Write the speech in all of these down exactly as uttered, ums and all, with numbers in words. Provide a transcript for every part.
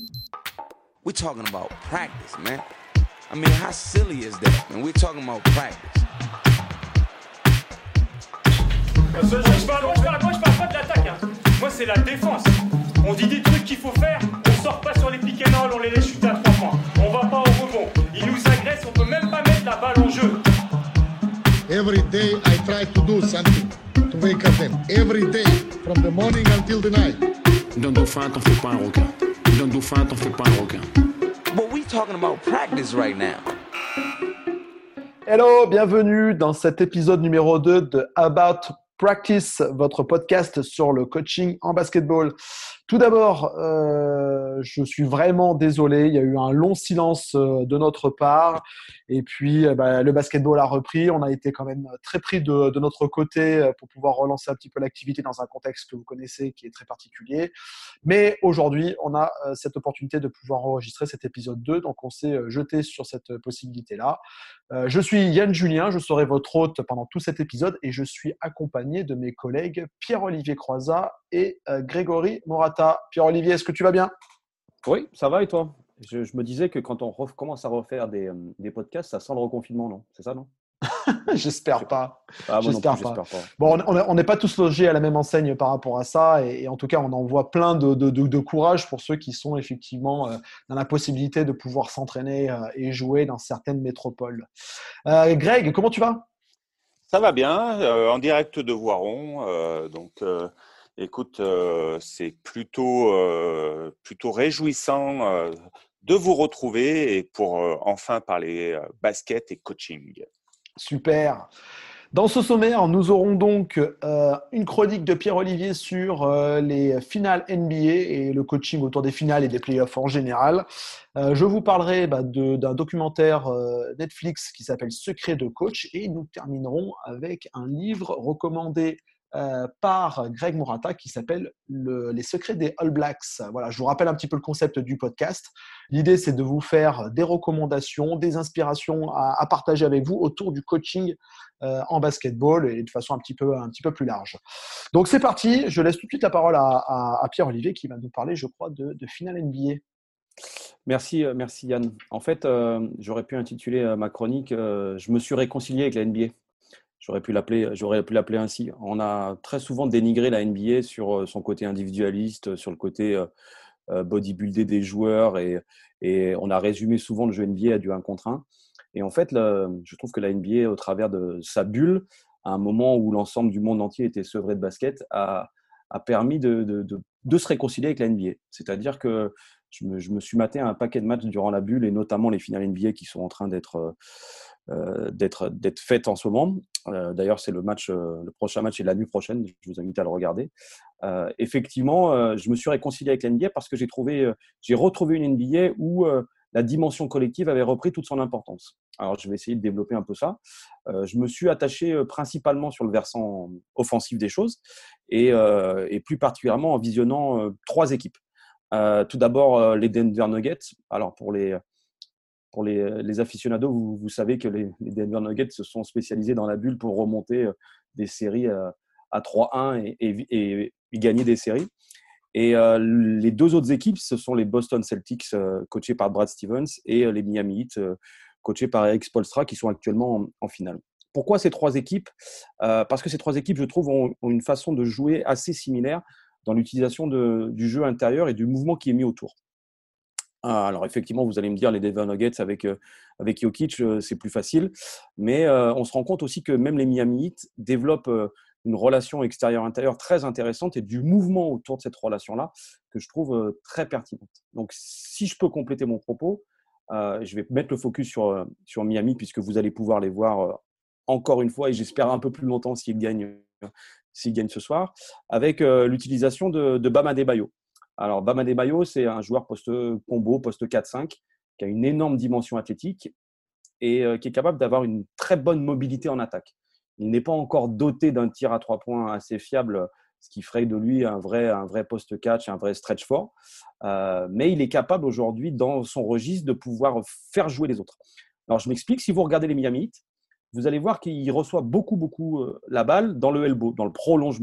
We're talking about practice, man. I mean, how silly is that, man? We're talking about practice. Je parle, moi, je parle, moi, je parle pas de l'attaque. Hein. Moi, c'est la défense. On dit des trucs qu'il faut faire, on sort pas sur les pick and roll, on les laisse chuter à trois points. On va pas au rebond. Ils nous agressent, on peut même pas mettre la balle en jeu. Every day I try to do something to wake up them. Every day, from the morning until the night. Donne dauphin, t'en fais pas un requin. Donne dauphin, t'en fais pas un requin. But we talking about practice right now. Hello, bienvenue dans cet épisode numéro deux de About Practice, votre podcast sur le coaching en basketball. Tout d'abord, euh, je suis vraiment désolé, il y a eu un long silence euh, de notre part et puis euh, bah, le basketball a repris. On a été quand même très pris de, de notre côté euh, pour pouvoir relancer un petit peu l'activité dans un contexte que vous connaissez qui est très particulier. Mais aujourd'hui, on a euh, cette opportunité de pouvoir enregistrer cet épisode deux, donc on s'est euh, jeté sur cette possibilité-là. Euh, je suis Yann Julien, je serai votre hôte pendant tout cet épisode et je suis accompagné de mes collègues Pierre-Olivier Croizat et euh, Grégory Morata. Pierre-Olivier, est-ce que tu vas bien ? Oui, ça va et toi ? je, je me disais que quand on recommence à refaire des, euh, des podcasts, ça sent le reconfinement, non ? C'est ça, non ? J'espère pas. Ah, moi j'espère, non plus, pas. j'espère pas. Bon, on n'est pas tous logés à la même enseigne par rapport à ça et, et en tout cas, on envoie plein de, de, de, de courage pour ceux qui sont effectivement euh, dans la possibilité de pouvoir s'entraîner euh, et jouer dans certaines métropoles. Euh, Greg, comment tu vas ? Ça va bien, euh, en direct de Voiron, euh, donc euh, écoute, euh, c'est plutôt, euh, plutôt réjouissant euh, de vous retrouver et pour euh, enfin parler euh, basket et coaching. Super. Dans ce sommaire, nous aurons donc euh, une chronique de Pierre-Olivier sur euh, les finales N B A et le coaching autour des finales et des playoffs en général. Euh, je vous parlerai bah, de, d'un documentaire euh, Netflix qui s'appelle Secret de coach et nous terminerons avec un livre recommandé Euh, par Greg Morata qui s'appelle le, Les secrets des All Blacks. Voilà, je vous rappelle un petit peu le concept du podcast. L'idée, c'est de vous faire des recommandations, des inspirations à, à partager avec vous autour du coaching euh, en basketball et de façon un petit peu, un petit peu plus large. Donc, c'est parti. Je laisse tout de suite la parole à, à, à Pierre-Olivier qui va nous parler, je crois, de, de finale N B A. Merci, merci Yann. En fait, euh, j'aurais pu intituler euh, ma chronique euh, « Je me suis réconcilié avec la N B A ». J'aurais pu l'appeler, j'aurais pu l'appeler ainsi. On a très souvent dénigré la N B A sur son côté individualiste, sur le côté bodybuildé des joueurs et, et on a résumé souvent le jeu N B A à du un contre un. Et en fait, le, je trouve que la N B A, au travers de sa bulle, à un moment où l'ensemble du monde entier était sevré de basket, a, a permis de, de, de, de se réconcilier avec la N B A. C'est-à-dire que je me, je me suis maté un paquet de matchs durant la bulle et notamment les finales N B A qui sont en train d'être, euh, d'être, d'être faites en ce moment. Euh, d'ailleurs, c'est le match, euh, le prochain match est la nuit prochaine. Je vous invite à le regarder. Euh, effectivement, euh, je me suis réconcilié avec la N B A parce que j'ai trouvé, euh, j'ai retrouvé une N B A où euh, la dimension collective avait repris toute son importance. Alors, je vais essayer de développer un peu ça. Euh, je me suis attaché euh, principalement sur le versant offensif des choses et, euh, et plus particulièrement en visionnant euh, trois équipes. Euh, tout d'abord, euh, les Denver Nuggets. Alors, pour les Pour les, les aficionados, vous, vous savez que les, les Denver Nuggets se sont spécialisés dans la bulle pour remonter des séries à, à trois un et, et, et, et gagner des séries. Et euh, les deux autres équipes, ce sont les Boston Celtics, euh, coachés par Brad Stevens, et euh, les Miami Heat, euh, coachés par Eric Spoelstra, qui sont actuellement en, en finale. Pourquoi ces trois équipes ? euh, Parce que ces trois équipes, je trouve, ont, ont une façon de jouer assez similaire dans l'utilisation de, du jeu intérieur et du mouvement qui est mis autour. Alors effectivement, vous allez me dire les Denver Nuggets avec euh, avec Jokic, euh, c'est plus facile, mais euh, on se rend compte aussi que même les Miami Heat développent euh, une relation extérieure-intérieure très intéressante et du mouvement autour de cette relation-là que je trouve euh, très pertinente. Donc, si je peux compléter mon propos, euh, je vais mettre le focus sur euh, sur Miami puisque vous allez pouvoir les voir euh, encore une fois et j'espère un peu plus longtemps s'ils gagnent euh, s'ils gagnent ce soir avec euh, l'utilisation de, de Bam Adebayo. Alors, Bam Adebayo, c'est un joueur poste combo, poste quatre cinq, qui a une énorme dimension athlétique et euh, qui est capable d'avoir une très bonne mobilité en attaque. Il n'est pas encore doté d'un tir à trois points assez fiable, ce qui ferait de lui un vrai, un vrai poste catch, un vrai stretch four. Euh, mais il est capable aujourd'hui, dans son registre, de pouvoir faire jouer les autres. Alors, je m'explique. Si vous regardez les Miami Heat, vous allez voir qu'il reçoit beaucoup, beaucoup euh, la balle dans le elbow, dans le prolongement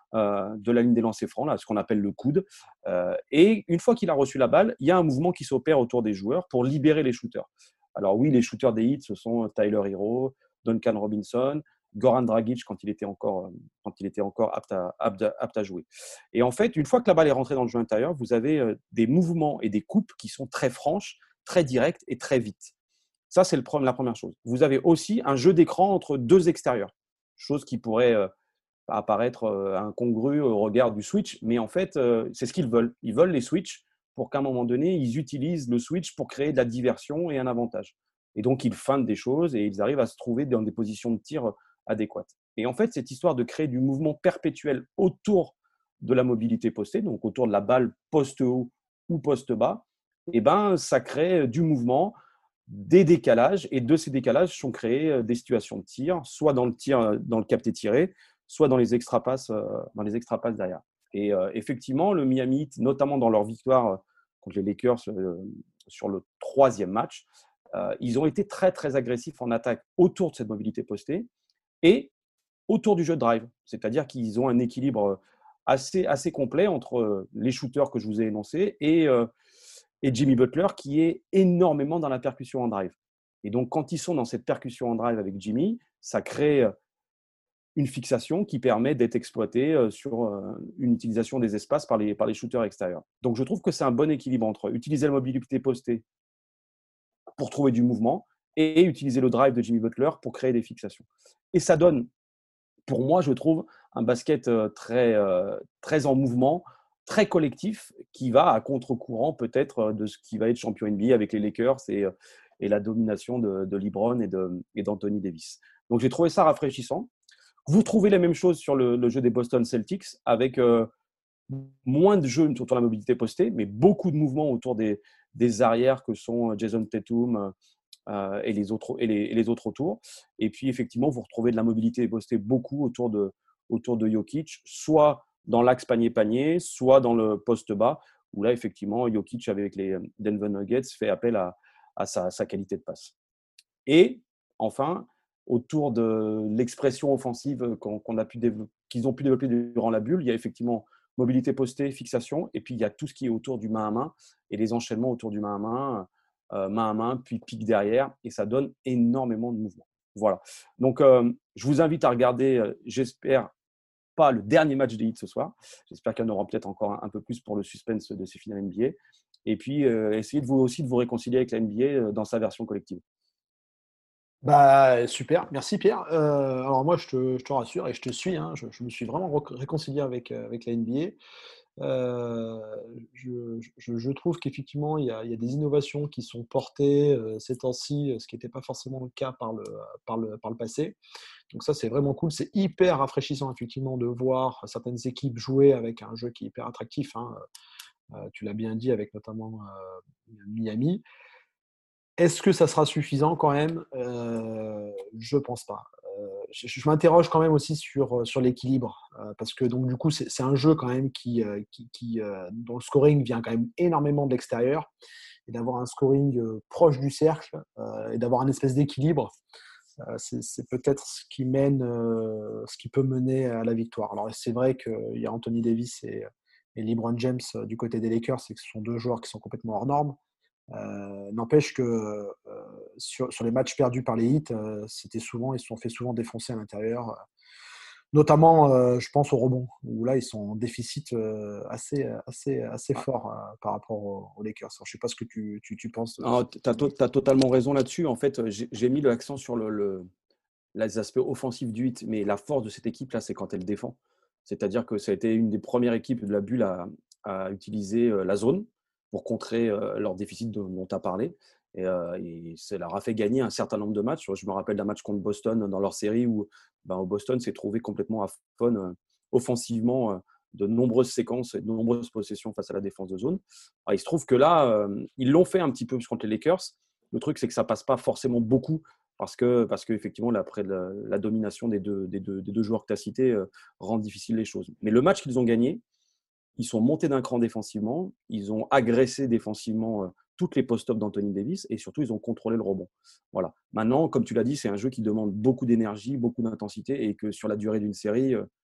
euh, de la ligne des lancers francs, là, ce qu'on appelle le coude. Euh, et une fois qu'il a reçu la balle, il y a un mouvement qui s'opère autour des joueurs pour libérer les shooters. Alors oui, les shooters des hits, ce sont Tyler Hero, Duncan Robinson, Goran Dragic quand il était encore, quand il était encore apte, à, apte, à, apte à jouer. Et en fait, une fois que la balle est rentrée dans le jeu intérieur, vous avez des mouvements et des coupes qui sont très franches, très directes et très vite. Ça, c'est le, la première chose. Vous avez aussi un jeu d'écran entre deux extérieurs, chose qui pourrait euh, apparaître euh, incongrue au regard du switch, mais en fait, euh, c'est ce qu'ils veulent. Ils veulent les switches pour qu'à un moment donné, ils utilisent le switch pour créer de la diversion et un avantage. Et donc, ils feintent des choses et ils arrivent à se trouver dans des positions de tir adéquates. Et en fait, cette histoire de créer du mouvement perpétuel autour de la mobilité postée, donc autour de la balle poste haut ou poste bas, eh ben, ça crée du mouvement, des décalages, et de ces décalages sont créés des situations de tir, soit dans le tir, dans le capté tiré, soit dans les extra-passes, dans les extra-passes derrière. Et euh, effectivement, le Miami Heat, notamment dans leur victoire contre les Lakers euh, sur le troisième match, euh, ils ont été très, très agressifs en attaque autour de cette mobilité postée et autour du jeu de drive. C'est-à-dire qu'ils ont un équilibre assez, assez complet entre les shooters que je vous ai énoncés et, euh, et Jimmy Butler qui est énormément dans la percussion en drive. Et donc, quand ils sont dans cette percussion en drive avec Jimmy, ça crée une fixation qui permet d'être exploitée sur une utilisation des espaces par les, par les shooters extérieurs. Donc, je trouve que c'est un bon équilibre entre utiliser la mobilité postée pour trouver du mouvement et utiliser le drive de Jimmy Butler pour créer des fixations. Et ça donne, pour moi, je trouve, un basket très, très en mouvement, très collectif, qui va à contre-courant peut-être de ce qui va être champion N B A avec les Lakers et, et la domination de, de LeBron et, de, et d'Anthony Davis. Donc, j'ai trouvé ça rafraîchissant. Vous trouvez la même chose sur le, le jeu des Boston Celtics avec euh, moins de jeux autour de la mobilité postée, mais beaucoup de mouvements autour des, des arrières que sont Jason Tatum euh, et, les autres, et, les, et les autres autour. Et puis, effectivement, vous retrouvez de la mobilité postée beaucoup autour de, autour de Jokic, soit dans l'axe panier-panier, soit dans le poste bas, où là, effectivement, Jokic, avec les Denver Nuggets, fait appel à, à sa, sa qualité de passe. Et enfin, autour de l'expression offensive qu'on, qu'on a pu développer, qu'ils ont pu développer durant la bulle, il y a effectivement mobilité postée, fixation, et puis il y a tout ce qui est autour du main à main et les enchaînements autour du main à main, euh, main à main, puis pique derrière, et ça donne énormément de mouvements. Voilà. Donc, euh, je vous invite à regarder, euh, j'espère, pas le dernier match des Heat ce soir. J'espère qu'il y en aura peut-être encore un, un peu plus pour le suspense de ces finales N B A. Et puis, euh, essayez de vous aussi de vous réconcilier avec la N B A dans sa version collective. Bah, super, merci Pierre. Euh, alors moi, je te, je te rassure et je te suis, hein, je, je me suis vraiment réconcilié avec, avec la N B A. Euh, je, je, je trouve qu'effectivement, il y, a, il y a des innovations qui sont portées euh, ces temps-ci, ce qui n'était pas forcément le cas par le, par le, par le passé. Donc ça, c'est vraiment cool. C'est hyper rafraîchissant, effectivement, de voir certaines équipes jouer avec un jeu qui est hyper attractif. Hein. Euh, tu l'as bien dit, avec notamment euh, Miami. Est-ce que ça sera suffisant quand même ? euh, Je pense pas. Euh, je, je m'interroge quand même aussi sur, sur l'équilibre, euh, parce que donc du coup c'est, c'est un jeu quand même qui, euh, qui, qui euh, dont le scoring vient quand même énormément de l'extérieur, et d'avoir un scoring euh, proche du cercle euh, et d'avoir un espèce d'équilibre, euh, c'est, c'est peut-être ce qui mène, euh, ce qui peut mener à la victoire. Alors c'est vrai qu'il y a Anthony Davis et, et LeBron James euh, du côté des Lakers, c'est que ce sont deux joueurs qui sont complètement hors normes. Euh, n'empêche que euh, sur, sur les matchs perdus par les Heat, euh, c'était souvent, ils se sont fait souvent défoncer à l'intérieur, euh, notamment euh, je pense au rebond, où là ils sont en déficit euh, assez, assez, assez fort euh, par rapport aux, aux Lakers. Alors, je ne sais pas ce que tu, tu, tu penses. Tu as to- totalement raison là-dessus. En fait, j'ai, j'ai mis l'accent sur le, le, les aspects offensifs du Heat, mais la force de cette équipe-là, c'est quand elle défend. C'est-à-dire que ça a été une des premières équipes de la bulle à, à utiliser la zone pour contrer euh, leur déficit de, dont tu as parlé. Et, euh, et ça leur a fait gagner un certain nombre de matchs. Je me rappelle d'un match contre Boston dans leur série où ben, Boston s'est trouvé complètement à fond euh, offensivement euh, de nombreuses séquences et de nombreuses possessions face à la défense de zone. Alors, il se trouve que là, euh, ils l'ont fait un petit peu contre les Lakers. Le truc, c'est que ça ne passe pas forcément beaucoup parce que parce qu'effectivement, après la, la domination des deux, des, deux, des deux joueurs que tu as cités euh, rend difficile les choses. Mais le match qu'ils ont gagné, ils sont montés d'un cran défensivement, ils ont agressé défensivement euh, toutes les post-ups d'Anthony Davis et surtout, ils ont contrôlé le rebond. Voilà. Maintenant, comme tu l'as dit, c'est un jeu qui demande beaucoup d'énergie, beaucoup d'intensité et que sur la durée d'une série, euh,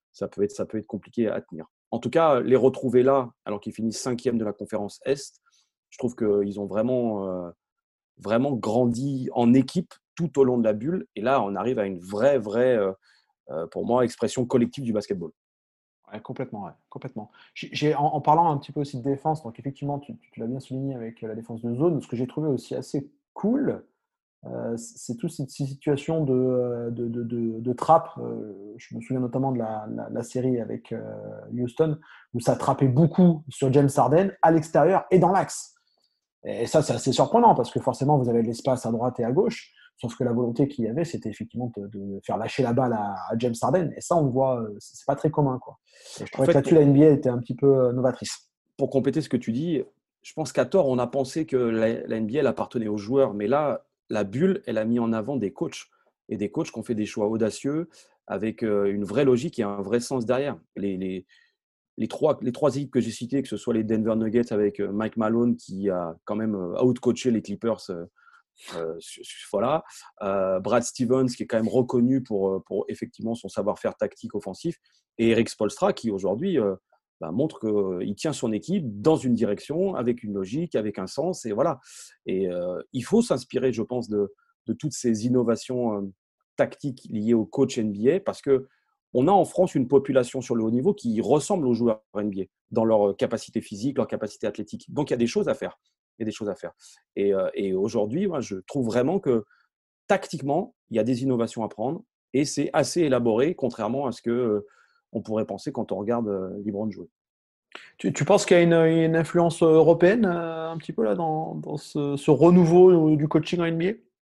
ça peut être, ça peut être compliqué à tenir. En tout cas, les retrouver là, alors qu'ils finissent cinquième de la conférence Est, je trouve qu'ils ont vraiment, euh, vraiment grandi en équipe tout au long de la bulle. Et là, on arrive à une vraie, vraie, euh, euh, pour moi, expression collective du basketball. Ouais, complètement, ouais, complètement. J'ai, j'ai- en, en parlant un petit peu aussi de défense, donc effectivement, tu, tu l'as bien souligné avec la défense de zone, ce que j'ai trouvé aussi assez cool, euh, c'est toute cette situation de, de, de, de, de trappe. Euh, je me souviens notamment de la, la, la série avec euh, Houston, où ça trappait beaucoup sur James Harden à l'extérieur et dans l'axe. Et ça, c'est assez surprenant parce que forcément, vous avez de l'espace à droite et à gauche. Sauf que la volonté qu'il y avait, c'était effectivement de, de faire lâcher la balle à, à James Harden. Et ça, on le voit, euh, c'est pas très commun, quoi. Et je En trouvais fait, que là-dessus, pour, la N B A était un petit peu euh, novatrice. pour compléter ce que tu dis, je pense qu'à tort, on a pensé que la, la N B A elle appartenait aux joueurs. Mais là, la bulle, elle a mis en avant des coachs. Et des coachs qui ont fait des choix audacieux avec euh, une vraie logique et un vrai sens derrière. Les, les, les, trois, les trois équipes que j'ai citées, que ce soit les Denver Nuggets avec euh, Mike Malone qui a quand même euh, out-coaché les Clippers. Euh, Euh, voilà. Euh, Brad Stevens qui est quand même reconnu pour, pour effectivement son savoir-faire tactique offensif, et Eric Spoelstra qui aujourd'hui euh, bah, montre qu'il tient son équipe dans une direction avec une logique, avec un sens, et voilà. Et euh, il faut s'inspirer, je pense, de, de toutes ces innovations euh, tactiques liées au coach N B A, parce que on a en France une population sur le haut niveau qui ressemble aux joueurs N B A dans leur capacité physique, leur capacité athlétique. Donc il y a des choses à faire. Il y a des choses à faire. Et, euh, et aujourd'hui, moi, je trouve vraiment que tactiquement, il y a des innovations à prendre et c'est assez élaboré, contrairement à ce que euh, on pourrait penser quand on regarde euh, LeBron jouer. Tu, tu penses qu'il y a une, une influence européenne euh, un petit peu là dans, dans ce, ce renouveau du coaching en N B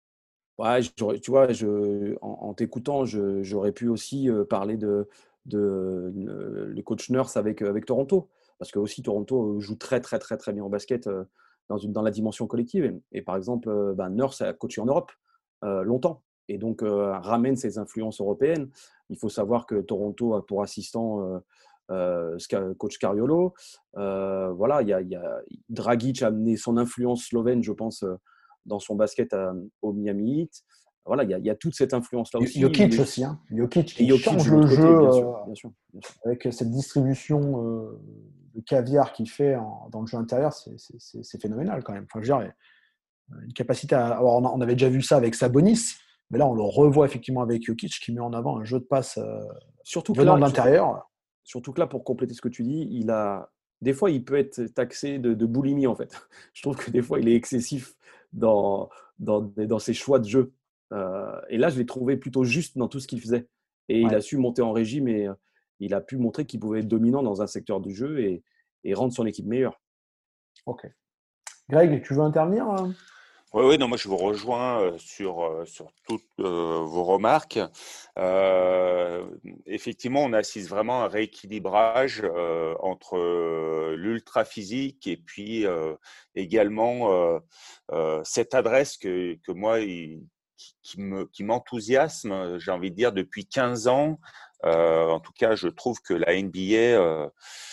A? Ouais, j'aurais- tu vois, je, en, en t'écoutant, je- j'aurais pu aussi euh, parler de, de, euh, le coach Nurse avec, avec Toronto, parce que aussi Toronto joue très très très très bien au basket euh, dans, une, dans la dimension collective. Et, et par exemple, euh, ben, Nurse a coaché en Europe euh, longtemps, et donc euh, ramène ses influences européennes. Il faut savoir que Toronto a pour assistant euh, euh, Sca- coach Cariolo. Euh, voilà, il y a, il y a Dragic a amené son influence slovène, je pense. Euh, dans son basket à, au Miami Heat. Voilà, il y, a, il y a toute cette influence-là aussi. Où Jokic les... aussi, hein. Jokic Et qui Jokic change de le l'autre jeu côté, bien euh, sûr, bien sûr, bien sûr. avec cette distribution euh, de caviar qu'il fait en- dans le jeu intérieur, c'est, c'est- c'est- c'est phénoménal quand même. Enfin, je veux dire, une capacité à. Alors, on, a- on avait déjà vu ça avec Sabonis, mais là, on le revoit effectivement avec Jokic qui met en avant un jeu de passe euh, Surtout que venant de là, surtout, l'intérieur. surtout que là, pour compléter ce que tu dis, il a des fois, il peut être taxé de, de boulimie en fait. Je trouve que des fois, il est excessif dans, dans, dans ses choix de jeu. Euh, et là, je l'ai trouvé plutôt juste dans tout ce qu'il faisait. Et il Ouais, a su monter en régime et euh, il a pu montrer qu'il pouvait être dominant dans un secteur du jeu et, et rendre son équipe meilleure. ok. Greg, tu veux intervenir euh Oui, oui, non, moi je vous rejoins euh, sur, euh, sur toutes euh, vos remarques. Euh, effectivement, on assiste vraiment à un rééquilibrage euh, entre euh, l'ultra physique et puis euh, également euh, euh, cette adresse que, que moi, il- qui, qui me, qui m'enthousiasme, j'ai envie de dire, depuis quinze ans. Euh, en tout cas, je trouve que la N B A euh,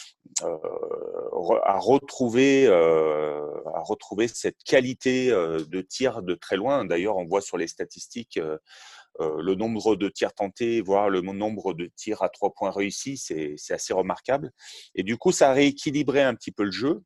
euh, à retrouver euh, à retrouver cette qualité euh, de tir de très loin. D'ailleurs, on voit sur les statistiques euh, euh, le nombre de tirs tentés, voire le nombre de tirs à trois points réussis, c'est, c'est assez remarquable. Et du coup, ça a rééquilibré un petit peu le jeu.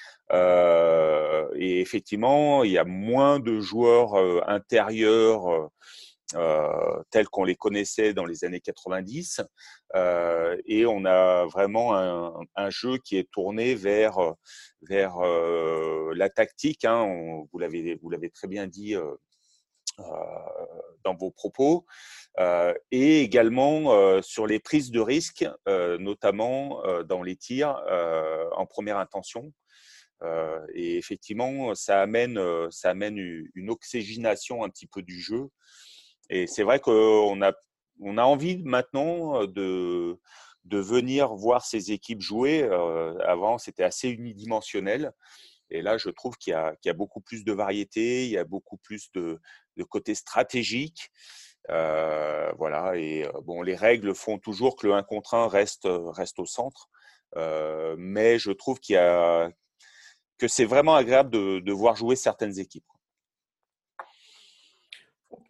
Euh, et effectivement, il y a moins de joueurs euh, intérieurs euh, euh, tels qu'on les connaissait dans les années quatre-vingt-dix. Euh, et on a vraiment un, un jeu qui est tourné vers, vers euh, la tactique. Hein. On, vous, l'avez, vous l'avez très bien dit euh, euh, dans vos propos. Euh, et également euh, sur les prises de risques, euh, notamment euh, dans les tirs euh, en première intention. Euh, et effectivement, ça amène, ça amène une oxygénation un petit peu du jeu. Et c'est vrai qu'on a, on a envie maintenant de, de venir voir ces équipes jouer. Euh, avant, c'était assez unidimensionnel. Et là, je trouve qu'il y a, qu'il y a beaucoup plus de variété, il y a beaucoup plus de, de côté stratégique. Euh, voilà. Et bon, les règles font toujours que le un contre un reste, reste au centre. Euh, mais je trouve qu'il y a, que c'est vraiment agréable de, de voir jouer certaines équipes. Ok,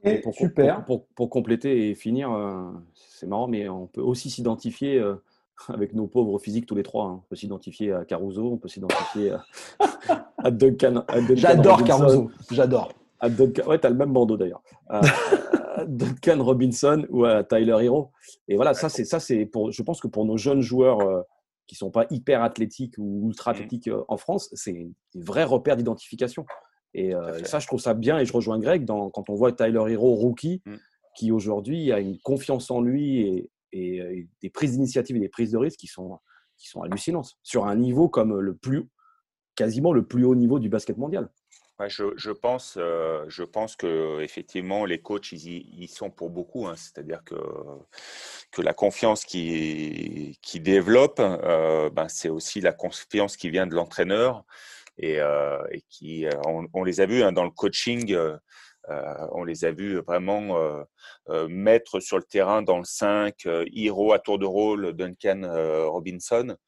Et pour, super. Pour, pour, pour compléter et finir, euh, c'est marrant, mais on peut aussi s'identifier euh, avec nos pauvres physiques tous les trois. Hein. On peut s'identifier à Caruso, on peut s'identifier à, à Duncan, à Duncan J'adore Robinson. Caruso, j'adore. À Duncan, ouais, t'as le même bandeau d'ailleurs. À, à Duncan Robinson ou à Tyler Hero. Et voilà, ça c'est ça c'est pour. Je pense que pour nos jeunes joueurs euh, qui sont pas hyper athlétiques ou ultra athlétiques euh, en France, c'est un vrai repère d'identification. Et, euh, et ça, je trouve ça bien. Et je rejoins Greg dans, quand on voit Tyler Hero rookie, mm. qui aujourd'hui a une confiance en lui et, et, et des prises d'initiative et des prises de risque qui sont qui sont hallucinantes sur un niveau comme le plus quasiment le plus haut niveau du basket mondial. Ouais, je, je pense, euh, je pense que effectivement les coachs ils y, ils sont pour beaucoup. Hein, c'est-à-dire que que la confiance qui qui développe, euh, ben c'est aussi la confiance qui vient de l'entraîneur et, euh, et qui on, on les a vus hein, dans le coaching. Euh, Euh, on les a vus vraiment euh, euh, mettre sur le terrain dans le cinq, euh, Hero à tour de rôle, Duncan euh, Robinson.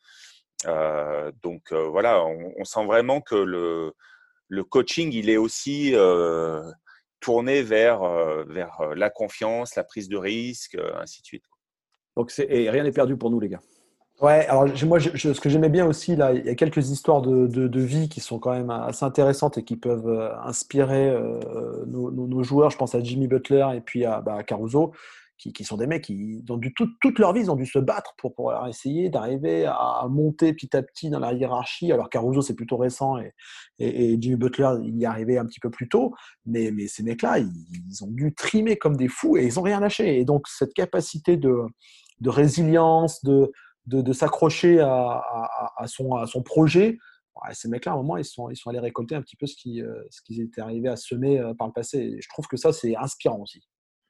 Euh, donc euh, voilà, on, on sent vraiment que le, le coaching, il est aussi euh, tourné vers, euh, vers la confiance, la prise de risque, euh, ainsi de suite. Donc c'est, et rien n'est perdu pour nous, les gars. Ouais, alors moi, je, je, ce que j'aimais bien aussi, là, il y a quelques histoires de, de, de vie qui sont quand même assez intéressantes et qui peuvent euh, inspirer euh, nos, nos, nos joueurs. Je pense à Jimmy Butler et puis à, bah, à Caruso, qui, qui sont des mecs qui, ont dû, tout, toute leur vie, ils ont dû se battre pour pouvoir essayer d'arriver à, à monter petit à petit dans la hiérarchie. Alors Caruso, c'est plutôt récent et, et, et Jimmy Butler, il y est arrivé un petit peu plus tôt. Mais, mais ces mecs-là, ils, ils ont dû trimer comme des fous et ils n'ont rien lâché. Et donc, cette capacité de, de résilience, de de, de s'accrocher à, à, à, son, à son projet, ouais, ces mecs-là, à un moment, ils sont, ils sont allés récolter un petit peu ce, qui, euh, ce qu'ils étaient arrivés à semer euh, par le passé. Et je trouve que ça, c'est inspirant aussi.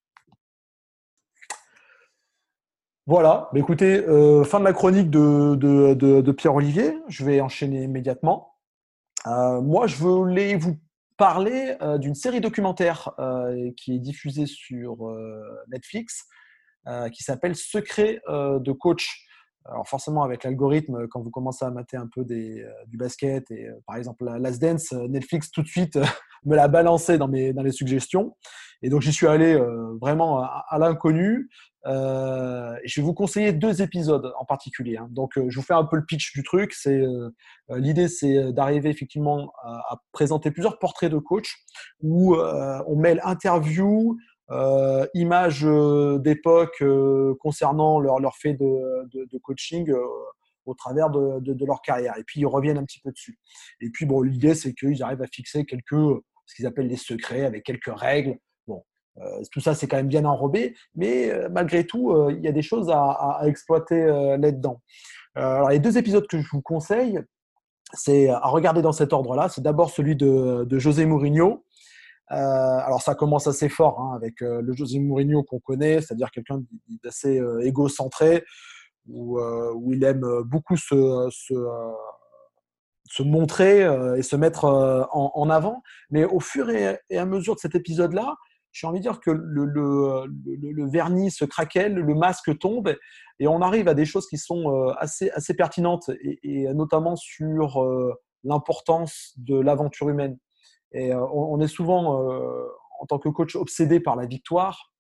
Voilà, bah, écoutez, euh, fin de la chronique de, de, de, de Pierre-Olivier. Je vais enchaîner immédiatement. Euh, moi, je voulais vous parler euh, d'une série documentaire euh, qui est diffusée sur euh, Netflix, euh, qui s'appelle Secret euh, de coach. Alors forcément, avec l'algorithme, quand vous commencez à mater un peu des, euh, du basket, et euh, par exemple la Last Dance, Netflix tout de suite euh, me l'a balancé dans, mes, dans les suggestions. Et donc, j'y suis allé euh, vraiment à, à l'inconnu. Euh, je vais vous conseiller deux épisodes en particulier. Hein. Donc, euh, je vous fais un peu le pitch du truc. C'est, euh, l'idée, c'est d'arriver effectivement à, à présenter plusieurs portraits de coach où euh, on mêle interview, Euh, images euh, d'époque euh, concernant leur, leur fait de, de, de coaching euh, au travers de, de, de leur carrière. Et puis, ils reviennent un petit peu dessus. Et puis, bon, l'idée, c'est qu'ils arrivent à fixer quelques, ce qu'ils appellent les secrets avec quelques règles. Bon, euh, tout ça, c'est quand même bien enrobé, mais euh, malgré tout, euh, il y a des choses à, à, à exploiter euh, là-dedans. Euh, alors, les deux épisodes que je vous conseille, c'est à regarder dans cet ordre-là. C'est d'abord celui de, de José Mourinho. Euh, alors ça commence assez fort hein, avec euh, le José Mourinho qu'on connaît, c'est-à-dire quelqu'un d'assez euh, égocentré, où, euh, où il aime beaucoup se, se, euh, se montrer euh, et se mettre euh, en, en avant. Mais au fur et, et à mesure de cet épisode-là, j'ai envie de dire que le, le, le, le vernis se craquelle, le masque tombe, et on arrive à des choses qui sont euh, assez, assez pertinentes, et, et notamment sur euh, l'importance de l'aventure humaine. Et euh, on est souvent, euh, en tant que coach, obsédé par la victoire.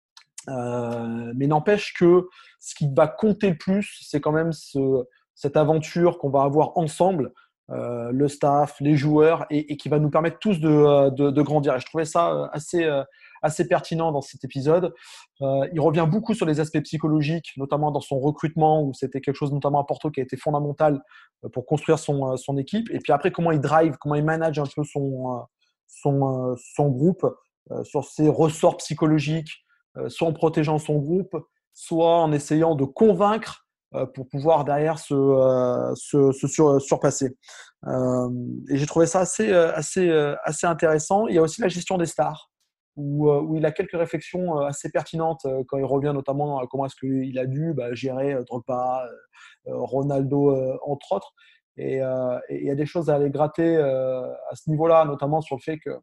Euh, mais n'empêche que ce qui va compter le plus, c'est quand même ce, cette aventure qu'on va avoir ensemble, euh, le staff, les joueurs, et, et qui va nous permettre tous de, de, de grandir. Et je trouvais ça assez, assez pertinent dans cet épisode. Euh, il revient beaucoup sur les aspects psychologiques, notamment dans son recrutement, où c'était quelque chose notamment important qui a été fondamental pour construire son, son équipe. Et puis après, comment il drive, comment il manage un peu son, son, son groupe euh, sur ses ressorts psychologiques, euh, soit en protégeant son groupe, soit en essayant de convaincre euh, pour pouvoir derrière se, euh, se, se sur, surpasser. Euh, et j'ai trouvé ça assez, assez, assez intéressant. Il y a aussi la gestion des stars, où, où il a quelques réflexions assez pertinentes quand il revient notamment à comment est-ce qu'il a dû bah, gérer Drogba, Ronaldo, entre autres. Et euh, il y a des choses à aller gratter euh, à ce niveau-là, notamment sur le fait que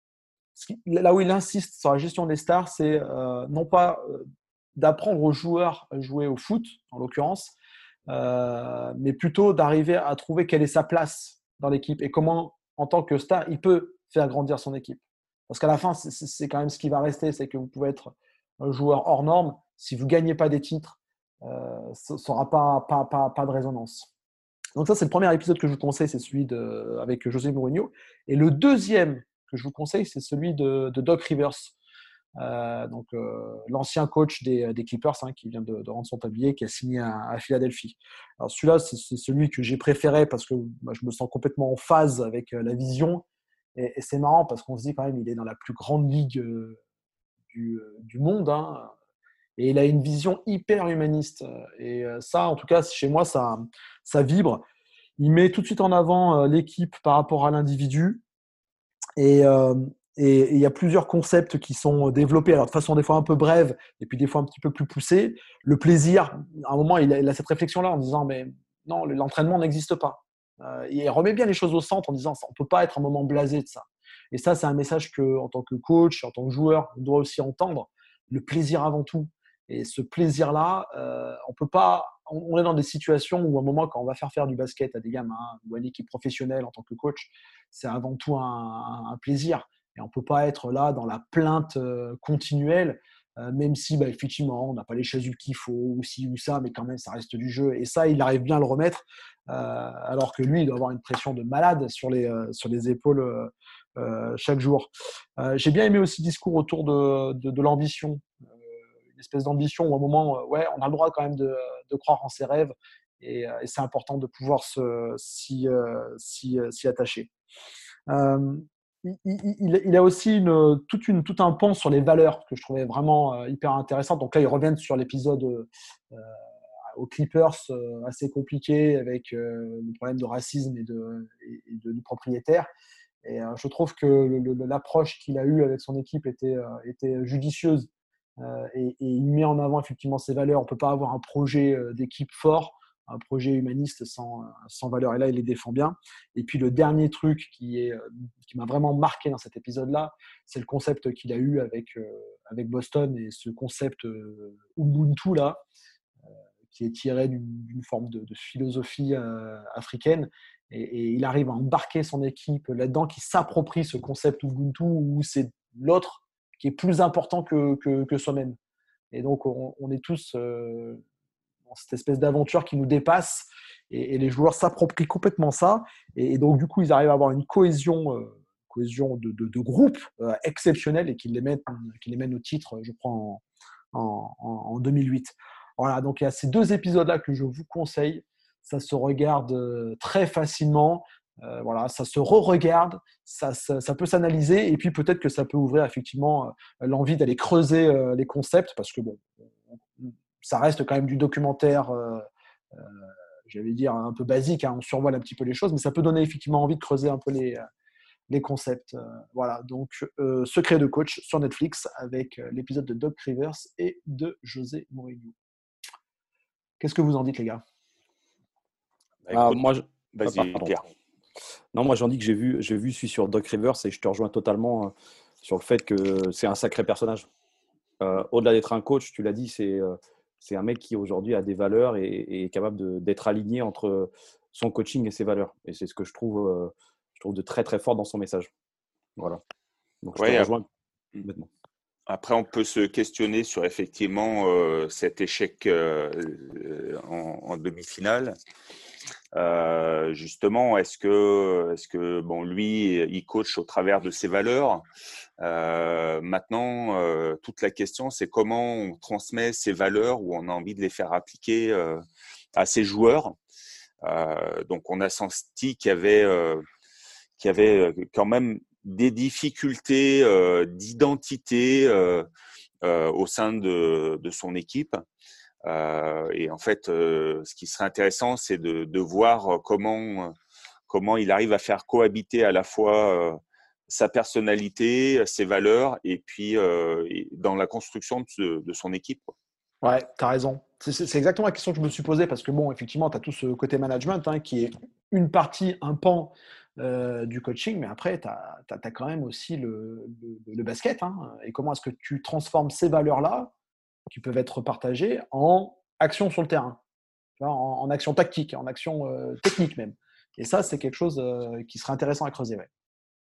là où il insiste sur la gestion des stars, c'est euh, non pas euh, d'apprendre aux joueurs à jouer au foot, en l'occurrence, euh, mais plutôt d'arriver à trouver quelle est sa place dans l'équipe et comment, en tant que star, il peut faire grandir son équipe. Parce qu'à la fin, c'est, c'est quand même ce qui va rester, c'est que vous pouvez être un joueur hors norme. Si vous ne gagnez pas des titres, euh, ça n'aura pas, pas, pas, pas de résonance. Donc ça, c'est le premier épisode que je vous conseille, c'est celui de, avec José Mourinho. Et le deuxième que je vous conseille, c'est celui de, de Doc Rivers, euh, donc euh, l'ancien coach des, des Clippers, hein, qui vient de, de rendre son tablier, qui a signé à, à Philadelphie. Alors celui-là, c'est, c'est celui que j'ai préféré parce que bah, je me sens complètement en phase avec la vision. Et, et c'est marrant parce qu'on se dit quand même, il est dans la plus grande ligue euh, du, du monde, hein, et il a une vision hyper humaniste. Et ça, en tout cas, chez moi, ça, ça vibre. Il met tout de suite en avant l'équipe par rapport à l'individu. Et, euh, et, et il y a plusieurs concepts qui sont développés, alors de façon des fois un peu brève, et puis des fois un petit peu plus poussée. Le plaisir, à un moment, il a, il a cette réflexion-là en disant, mais non, l'entraînement n'existe pas. Euh, il remet bien les choses au centre en disant, on ne peut pas être un moment blasé de ça. Et ça, c'est un message qu'en tant que coach, en tant que joueur, on doit aussi entendre. Le plaisir avant tout. Et ce plaisir-là, euh, on peut pas. On est dans des situations où, à un moment, quand on va faire faire du basket à des gamins ou à une équipe professionnelle en tant que coach, c'est avant tout un, un plaisir. Et on ne peut pas être là dans la plainte euh, continuelle, euh, même si, bah, effectivement, on n'a pas les chasubles qu'il faut, ou ci ou ça, mais quand même, ça reste du jeu. Et ça, il arrive bien à le remettre, euh, alors que lui, il doit avoir une pression de malade sur les, euh, sur les épaules euh, euh, chaque jour. Euh, j'ai bien aimé aussi le discours autour de, de, de l'ambition. Une espèce d'ambition où à un moment, ouais, on a le droit quand même de, de croire en ses rêves et, et c'est important de pouvoir se, s'y, s'y, s'y attacher. Euh, il, il, il a aussi une, toute une, tout un pan sur les valeurs que je trouvais vraiment hyper intéressant. Donc là, ils reviennent sur l'épisode euh, aux Clippers euh, assez compliqué avec euh, le problème de racisme et de, et de, du propriétaire. Et euh, je trouve que le, le, l'approche qu'il a eue avec son équipe était, euh, était judicieuse. Euh, et, et il met en avant effectivement ses valeurs. On ne peut pas avoir un projet euh, d'équipe fort, un projet humaniste sans, sans valeurs. Et là, il les défend bien. Et puis le dernier truc qui, est, qui m'a vraiment marqué dans cet épisode-là, c'est le concept qu'il a eu avec, euh, avec Boston et ce concept euh, Ubuntu là, euh, qui est tiré d'une, d'une forme de, de philosophie euh, africaine. Et, et il arrive à embarquer son équipe là-dedans, qui s'approprie ce concept Ubuntu où c'est l'autre qui est plus important que, que, que soi-même. Et donc, on, on est tous euh, dans cette espèce d'aventure qui nous dépasse et, et les joueurs s'approprient complètement ça. Et, et donc, du coup, ils arrivent à avoir une cohésion, euh, cohésion de, de, de groupe euh, exceptionnelle et qui les, mènent, qui les mènent au titre, je crois, en, en, en deux mille huit. Voilà, donc il y a ces deux épisodes-là que je vous conseille. Ça se regarde très facilement. Euh, voilà, ça se re-regarde, ça, ça, ça peut s'analyser et puis peut-être que ça peut ouvrir effectivement euh, l'envie d'aller creuser euh, les concepts parce que bon, ça reste quand même du documentaire, euh, euh, j'allais dire un peu basique, hein, on survole un petit peu les choses, mais ça peut donner effectivement envie de creuser un peu les, les concepts. Euh, voilà, donc euh, Secret de coach sur Netflix avec l'épisode de Doc Rivers et de José Mourinho. Qu'est-ce que vous en dites les gars? Bah, écoute, ah, moi, je... Vas-y, ah, Pierre. Non, moi j'en dis que j'ai vu, j'ai vu celui sur Doc Rivers et je te rejoins totalement sur le fait que c'est un sacré personnage. Euh, au-delà d'être un coach, tu l'as dit, c'est, euh, c'est un mec qui aujourd'hui a des valeurs et, et est capable de, d'être aligné entre son coaching et ses valeurs. Et c'est ce que je trouve, euh, je trouve de très très fort dans son message. Voilà. Donc je ouais, te rejoins complètement. Après, on peut se questionner sur effectivement euh, cet échec euh, en, en demi-finale. Euh, justement, est-ce que, est-ce que bon, lui, il coach au travers de ses valeurs. Euh, maintenant, euh, toute la question, c'est comment on transmet ces valeurs ou on a envie de les faire appliquer euh, à ses joueurs. Euh, donc, on a senti qu'il y avait, euh, qu'il y avait quand même des difficultés euh, d'identité euh, euh, au sein de, de son équipe. Euh, et en fait, euh, ce qui serait intéressant, c'est de, de voir comment, comment il arrive à faire cohabiter à la fois euh, sa personnalité, ses valeurs, et puis euh, et dans la construction de, de son équipe, quoi. Ouais, tu as raison. C'est, c'est exactement la question que je me suis posée parce que, bon, effectivement, tu as tout ce côté management hein, qui est une partie, un pan euh, du coaching, mais après, tu as quand même aussi le, le, le basket. Hein, et comment est-ce que tu transformes ces valeurs-là qui peuvent être partagées en action sur le terrain, en, en action tactique, en action euh, technique même. Et ça, c'est quelque chose euh, qui serait intéressant à creuser. Ouais.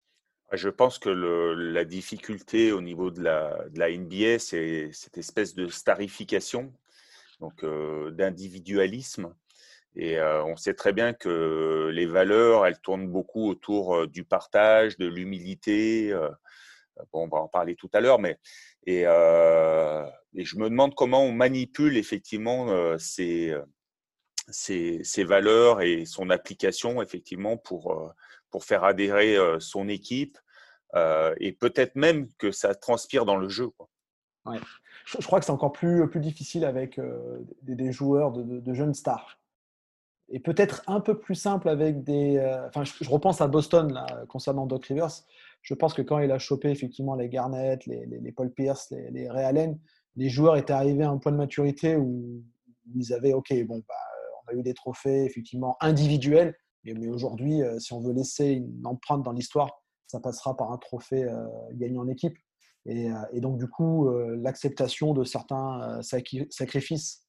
Je pense que le, la difficulté au niveau de la, de la N B A, c'est cette espèce de starification, donc euh, d'individualisme. Et euh, on sait très bien que les valeurs, elles tournent beaucoup autour euh, du partage, de l'humilité. Euh, bon, on va en parler tout à l'heure, mais et, euh, et je me demande comment on manipule effectivement euh, ces, ces, ces valeurs et son application effectivement pour euh, pour faire adhérer euh, son équipe euh, et peut-être même que ça transpire dans le jeu, quoi. Ouais. Je, je crois que c'est encore plus, plus difficile avec euh, des, des joueurs de, de, de jeunes stars. Et peut-être un peu plus simple avec des. euh, Enfin, je, je repense à Boston là, concernant Doc Rivers. Je pense que quand il a chopé effectivement les Garnett, les, les, les Paul Pierce, les, les Ray Allen, les joueurs étaient arrivés à un point de maturité où ils avaient OK, bon, bah, on a eu des trophées effectivement individuels, mais, mais aujourd'hui, euh, si on veut laisser une empreinte dans l'histoire, ça passera par un trophée euh, gagné en équipe. Et, euh, et donc, du coup, euh, l'acceptation de certains euh, sacri- sacrifices.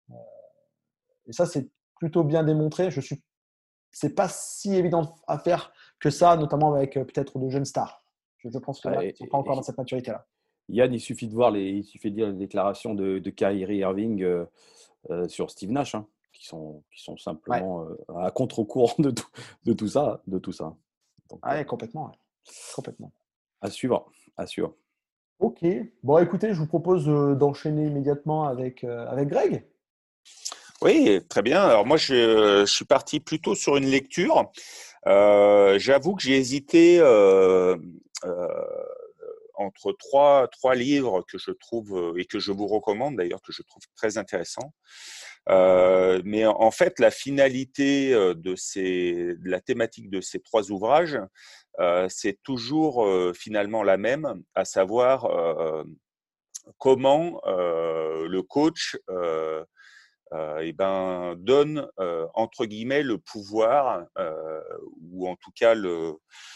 Et ça, c'est plutôt bien démontré. Je suis, c'est pas si évident à faire que ça, notamment avec euh, peut-être de jeunes stars. Je, je pense qu'il y en Ah, a qui et- ne sont pas encore et- dans cette maturité-là. Yann, il suffit de voir les, il suffit de lire les déclarations de, de Kyrie Irving euh, euh, sur Steve Nash, hein, qui sont, qui sont Ouais, simplement euh, à contre-courant de tout, de tout ça, de tout ça. Donc, euh, ouais, complètement, ouais. Complètement. à suivre, à suivre. Ok. Bon, écoutez, je vous propose euh, d'enchaîner immédiatement avec, euh, avec Greg. Oui, très bien. Alors moi, je, je suis parti plutôt sur une lecture. Euh, j'avoue que j'ai hésité euh, euh, entre trois, trois livres que je trouve et que je vous recommande d'ailleurs, que je trouve très intéressants. Euh, mais en fait, la finalité de, ces, de la thématique de ces trois ouvrages, euh, c'est toujours euh, finalement la même, à savoir euh, comment euh, le coach euh, euh, eh ben, donne euh, entre guillemets le pouvoir euh, ou en tout cas le,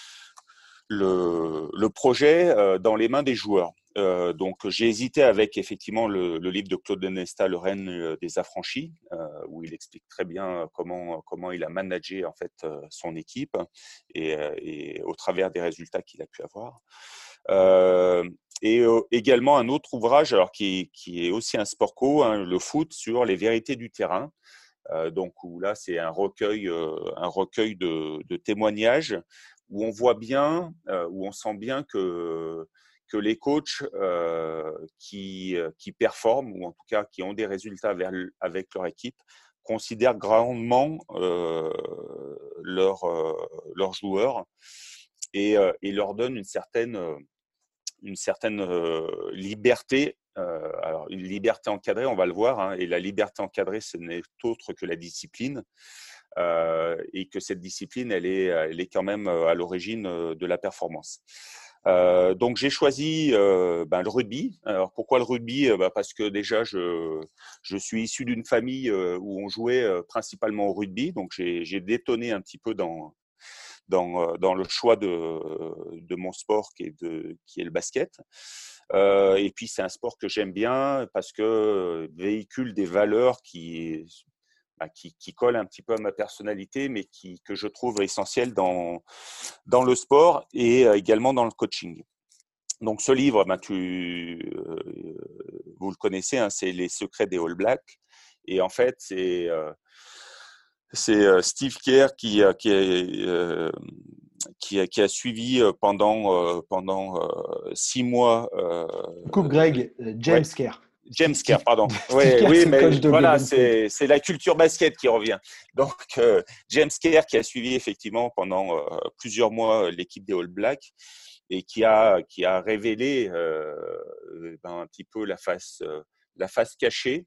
le, le projet euh, dans les mains des joueurs. Euh, donc j'ai hésité avec effectivement le, le livre de Claude Nesta, Le règne des affranchis, euh, où il explique très bien comment comment il a managé en fait euh, son équipe et, et au travers des résultats qu'il a pu avoir. Euh, et euh, également un autre ouvrage, alors qui, qui est aussi un sport co, hein, le foot sur les vérités du terrain. Euh, donc où là c'est un recueil, euh, un recueil de, de témoignages où on voit bien, euh, où on sent bien que que les coachs euh, qui qui performent ou en tout cas qui ont des résultats vers, avec leur équipe considèrent grandement euh, leurs euh, leurs joueurs et, euh, et leur donnent une certaine une certaine euh, liberté. Euh, alors, une liberté encadrée, on va le voir, hein, et la liberté encadrée, ce n'est autre que la discipline, euh, et que cette discipline, elle est, elle est quand même à l'origine de la performance. Euh, donc, j'ai choisi euh, ben, le rugby. Alors, pourquoi le rugby? Ben, parce que déjà, je, je suis issu d'une famille où on jouait principalement au rugby, donc j'ai, j'ai détonné un petit peu dans dans, dans le choix de, de mon sport qui est, de, qui est le basket. Euh, et puis, c'est un sport que j'aime bien parce que véhicule des valeurs qui, bah, qui, qui collent un petit peu à ma personnalité, mais qui, que je trouve essentielles dans, dans le sport et également dans le coaching. Donc, ce livre, bah, tu, euh, vous le connaissez, hein, c'est Les secrets des All Blacks. Et en fait, c'est... Euh, c'est Steve Kerr qui, qui, euh, qui, a, qui a suivi pendant, pendant six mois. Euh, Coupe Greg, euh, James ouais, Kerr. James Steve, Kerr, pardon. Steve Ouais, Kerr, oui, c'est mais le coach de voilà, Golden State. c'est la culture basket qui revient. Donc, euh, James Kerr qui a suivi effectivement pendant euh, plusieurs mois l'équipe des All Blacks et qui a, qui a révélé euh, ben, un petit peu la face, euh, la face cachée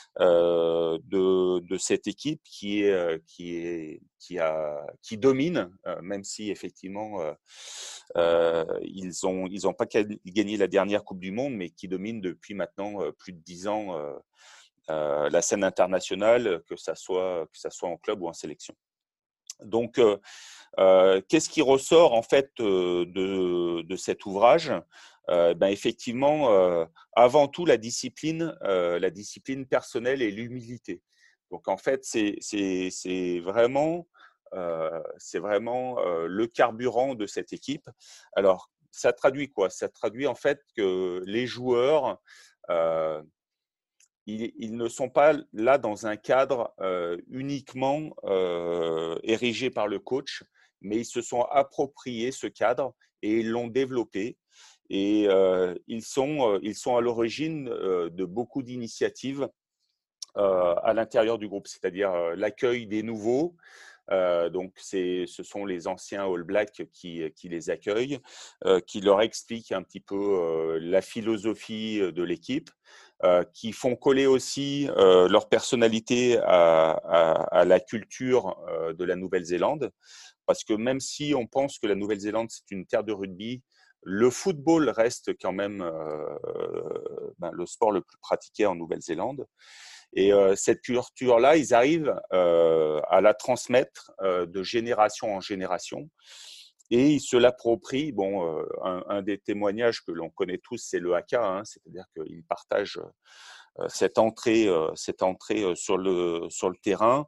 euh, de, de cette équipe qui est, qui est, qui a, qui domine, euh, même si effectivement euh, euh, ils ont, ils ont pas gagné la dernière Coupe du Monde, mais qui domine depuis maintenant euh, plus de dix ans euh, euh, la scène internationale, que ça soit, que ça soit en club ou en sélection. Donc, euh, euh, qu'est-ce qui ressort en fait euh, de, de cet ouvrage? Euh, ben effectivement, euh, avant tout la discipline, euh, la discipline personnelle et l'humilité. Donc en fait, c'est c'est c'est vraiment euh, c'est vraiment euh, le carburant de cette équipe. Alors, ça traduit quoi? Ça traduit en fait que les joueurs, euh, ils, ils ne sont pas là dans un cadre euh, uniquement euh, érigé par le coach, mais ils se sont appropriés ce cadre et ils l'ont développé. Et euh, ils, sont, euh, ils sont à l'origine euh, de beaucoup d'initiatives euh, à l'intérieur du groupe, c'est-à-dire euh, l'accueil des nouveaux. Euh, donc, c'est, ce sont les anciens All Blacks qui, qui les accueillent, euh, qui leur expliquent un petit peu euh, la philosophie de l'équipe, euh, qui font coller aussi euh, leur personnalité à, à, à la culture euh, de la Nouvelle-Zélande. Parce que même si on pense que la Nouvelle-Zélande, c'est une terre de rugby, le football reste quand même euh, ben, le sport le plus pratiqué en Nouvelle-Zélande. Et euh, cette culture-là, ils arrivent euh, à la transmettre euh, de génération en génération. Et ils se l'approprient. Bon, euh, un, un des témoignages que l'on connaît tous, c'est le haka, hein, c'est-à-dire qu'ils partagent euh, cette entrée, euh, cette entrée sur le sur le terrain.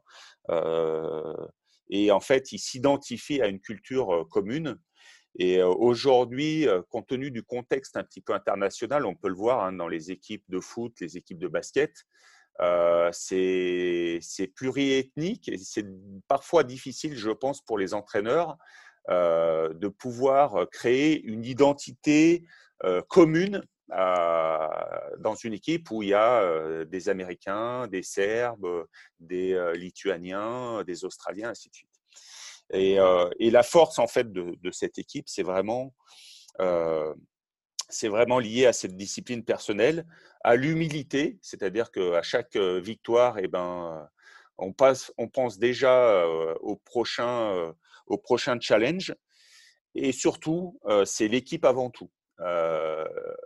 Euh, et en fait, ils s'identifient à une culture commune. Et aujourd'hui, compte tenu du contexte un petit peu international, on peut le voir hein, dans les équipes de foot, les équipes de basket, euh, c'est, c'est pluriethnique et c'est parfois difficile, je pense, pour les entraîneurs euh, de pouvoir créer une identité euh, commune euh, dans une équipe où il y a euh, des Américains, des Serbes, des euh, Lituaniens, des Australiens, ainsi de suite. Et, euh, et la force en fait de, de cette équipe, c'est vraiment, euh, c'est vraiment lié à cette discipline personnelle, à l'humilité, c'est-à-dire qu'à chaque victoire, eh ben, on, passe, on pense déjà euh, au, prochain, euh, au prochain challenge. Et surtout, euh, c'est l'équipe avant tout. Euh,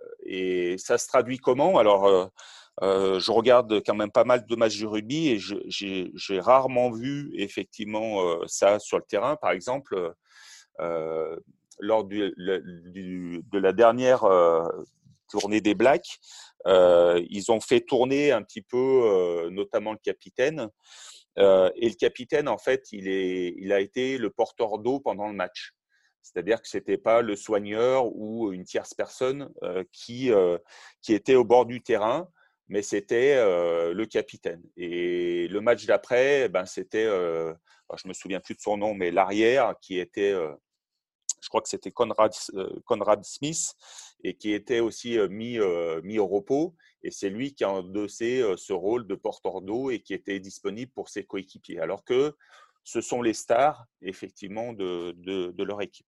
et ça se traduit comment? Alors, euh, euh, je regarde quand même pas mal de matchs de rugby et je, j'ai, j'ai rarement vu effectivement euh, ça sur le terrain. Par exemple, euh, lors du, le, du, de la dernière euh, tournée des Blacks, euh, ils ont fait tourner un petit peu, euh, notamment le capitaine. Euh, et le capitaine, en fait, il, est, il a été le porteur d'eau pendant le match. C'est-à-dire que ce n'était pas le soigneur ou une tierce personne euh, qui, euh, qui était au bord du terrain, mais c'était euh, le capitaine. Et le match d'après, ben, c'était, euh, je ne me souviens plus de son nom, mais l'arrière qui était, euh, je crois que c'était Conrad, euh, Conrad Smith, et qui était aussi euh, mis, euh, mis au repos. Et c'est lui qui a endossé euh, ce rôle de porteur d'eau et qui était disponible pour ses coéquipiers. Alors que ce sont les stars, effectivement, de, de, de leur équipe.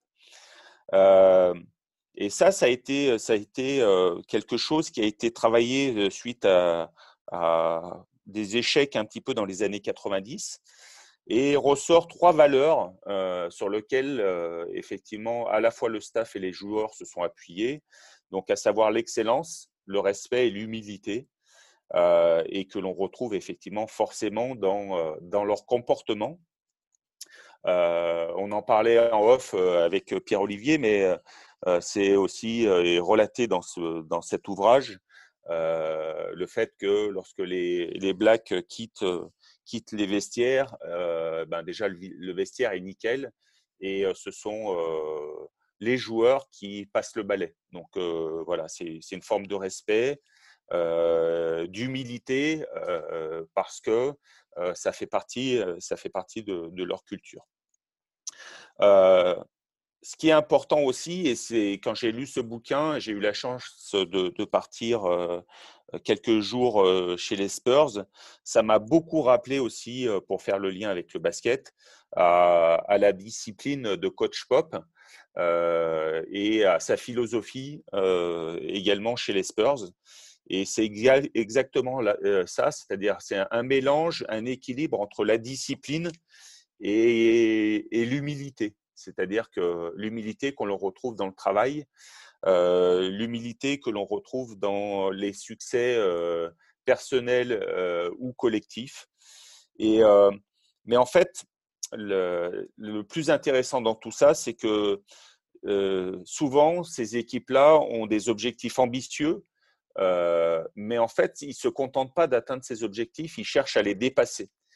Euh, et ça, ça a été, ça a été euh, quelque chose qui a été travaillé suite à, à des échecs un petit peu dans les années quatre-vingt-dix et ressort trois valeurs euh, sur lesquelles euh, effectivement à la fois le staff et les joueurs se sont appuyés, donc à savoir l'excellence, le respect et l'humilité, euh, et que l'on retrouve effectivement forcément dans, euh, dans leur comportement. Euh, on en parlait en off euh, avec Pierre-Olivier, mais euh, c'est aussi euh, relaté dans, ce, dans cet ouvrage, euh, le fait que lorsque les, les Blacks quittent, quittent les vestiaires, euh, ben déjà le, le vestiaire est nickel et euh, ce sont euh, les joueurs qui passent le balai. Donc euh, voilà, c'est, c'est une forme de respect, euh, d'humilité, euh, parce que euh, ça fait partie, ça fait partie de, de leur culture. Euh, ce qui est important aussi, et c'est quand j'ai lu ce bouquin, j'ai eu la chance de, de partir euh, quelques jours euh, chez les Spurs, ça m'a beaucoup rappelé aussi, euh, pour faire le lien avec le basket, à, à la discipline de Coach Pop euh, et à sa philosophie euh, également chez les Spurs. Et c'est exactement ça, c'est-à-dire c'est un mélange, un équilibre entre la discipline et, et l'humilité. C'est-à-dire que l'humilité qu'on retrouve dans le travail, euh, l'humilité que l'on retrouve dans les succès euh, personnels euh, ou collectifs. Et, euh, mais en fait, le, le plus intéressant dans tout ça, c'est que euh, souvent, ces équipes-là ont des objectifs ambitieux, euh, mais en fait, ils ne se contentent pas d'atteindre ces objectifs, ils cherchent à les dépasser.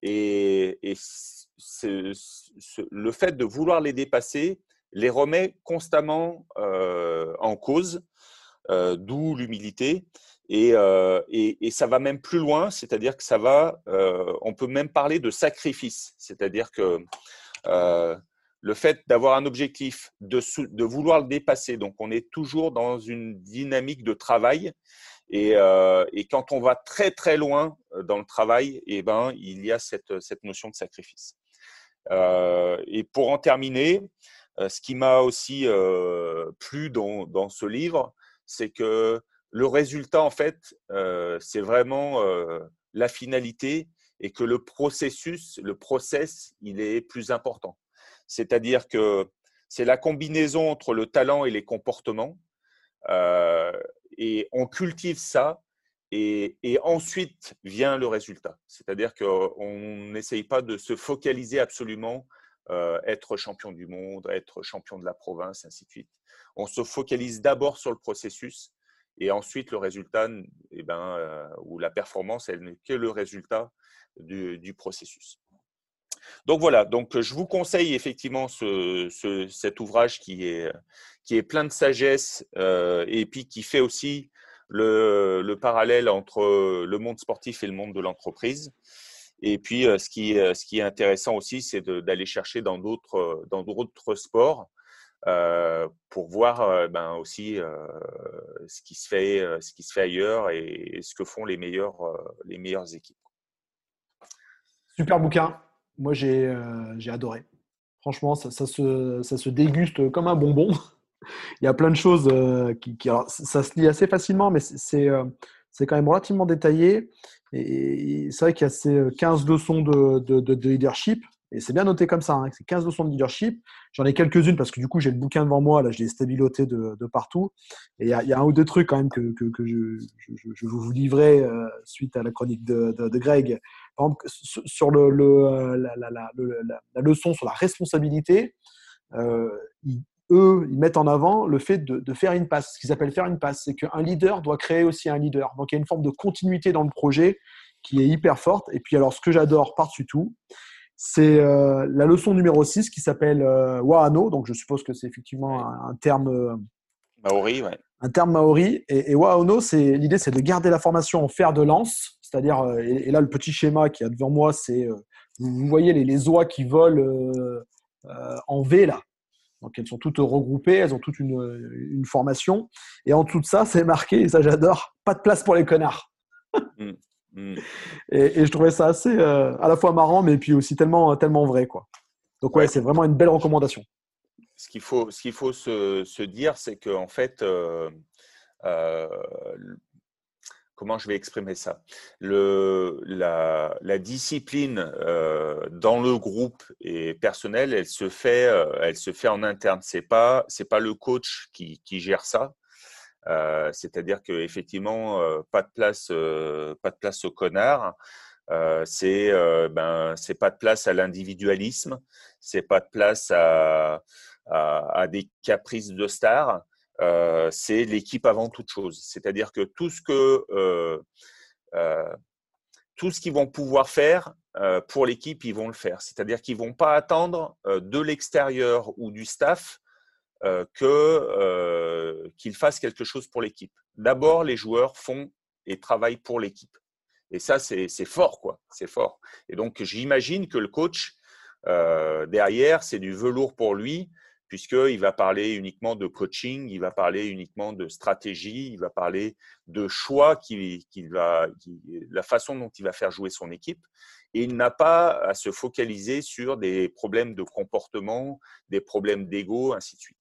Et, et c'est, c'est, le fait de vouloir les dépasser les remet constamment euh, en cause, euh, d'où l'humilité. Et, euh, et, et ça va même plus loin, c'est-à-dire que ça va, euh, on peut même parler de sacrifice, c'est-à-dire que euh, le fait d'avoir un objectif, de, de vouloir le dépasser, donc on est toujours dans une dynamique de travail. Et, euh, et quand on va très très loin dans le travail, eh ben, il y a cette, cette notion de sacrifice. Euh, et pour en terminer, euh, ce qui m'a aussi euh, plu dans, dans ce livre, c'est que le résultat, en fait, euh, c'est vraiment euh, la finalité et que le processus, le process, il est plus important. C'est-à-dire que c'est la combinaison entre le talent et les comportements. Euh, et on cultive ça et, et ensuite vient le résultat. C'est-à-dire qu'on n'essaye pas de se focaliser absolument euh, être champion du monde, être champion de la province, ainsi de suite. On se focalise d'abord sur le processus et ensuite le résultat, eh ben, euh, ou la performance, elle n'est que le résultat du, du processus. Donc voilà, donc je vous conseille effectivement ce, ce, cet ouvrage qui est, qui est plein de sagesse euh, et puis qui fait aussi le, le parallèle entre le monde sportif et le monde de l'entreprise. Et puis ce qui, ce qui est intéressant aussi, c'est de, d'aller chercher dans d'autres, dans d'autres sports euh, pour voir euh, ben aussi euh, ce qui se fait, ce qui se fait ailleurs et, et ce que font les meilleures, les meilleures équipes. Super bouquin. Moi, j'ai, euh, j'ai adoré. Franchement, ça, ça, se, ça se déguste comme un bonbon. Il y a plein de choses euh, qui, qui alors, ça se lit assez facilement, mais c'est, c'est, euh, c'est quand même relativement détaillé. Et, et c'est vrai qu'il y a ces quinze leçons de, de, de, de leadership. Et c'est bien noté comme ça, hein, c'est quinze leçons de leadership. J'en ai quelques-unes parce que du coup, j'ai le bouquin devant moi. Là, je l'ai stabiloté de, de partout. Et il y, a, il y a un ou deux trucs quand même que, que, que je, je, je vous livrerai euh, suite à la chronique de, de, de Greg. Par exemple, sur le, le, la, la, la, la, la leçon sur la responsabilité, euh, ils, eux, ils mettent en avant le fait de, de faire une passe. Ce qu'ils appellent faire une passe, c'est qu'un leader doit créer aussi un leader. Donc, il y a une forme de continuité dans le projet qui est hyper forte. Et puis, alors, ce que j'adore par-dessus tout, c'est euh, la leçon numéro six qui s'appelle euh, Wahano. Donc, je suppose que c'est effectivement un, un terme… Euh, Maori, ouais. Un terme maori. Et, et Wahano, c'est, l'idée, c'est de garder la formation en fer de lance. C'est-à-dire, euh, et, et là, le petit schéma qu'il y a devant moi, c'est… Euh, vous voyez les, les oies qui volent euh, euh, en V, là. Donc, elles sont toutes regroupées, elles ont toute une, une formation. Et en dessous de ça, c'est marqué, et ça j'adore, pas de place pour les connards. mmh, mmh. Et, et je trouvais ça assez euh, à la fois marrant, mais puis aussi tellement, tellement vrai, quoi. Donc, ouais, ouais, c'est vraiment une belle recommandation. Ce qu'il faut, ce qu'il faut se, se dire, c'est qu'en fait, euh, euh, comment je vais exprimer ça ? Le, la, la discipline euh, dans le groupe et personnel, elle se fait, euh, elle se fait en interne. C'est pas, c'est pas le coach qui, qui gère ça. Euh, c'est-à-dire que effectivement, euh, pas de place, euh, pas de place au connard. Euh, c'est, euh, ben, c'est pas de place à l'individualisme. C'est pas de place à, à, à des caprices de stars. Euh, c'est l'équipe avant toute chose. C'est-à-dire que tout ce que euh, euh, tout ce qu'ils vont pouvoir faire euh, pour l'équipe, ils vont le faire. C'est-à-dire qu'ils vont pas attendre euh, de l'extérieur ou du staff euh, que euh, qu'ils fassent quelque chose pour l'équipe. D'abord, les joueurs font et travaillent pour l'équipe. Et ça, c'est, c'est fort, quoi. C'est fort. Et donc, j'imagine que le coach euh, derrière, c'est du velours pour lui, puisqu'il va parler uniquement de coaching, il va parler uniquement de stratégie, il va parler de choix, qu'il, qu'il va, qu'il, la façon dont il va faire jouer son équipe. Et il n'a pas à se focaliser sur des problèmes de comportement, des problèmes d'ego, ainsi de suite.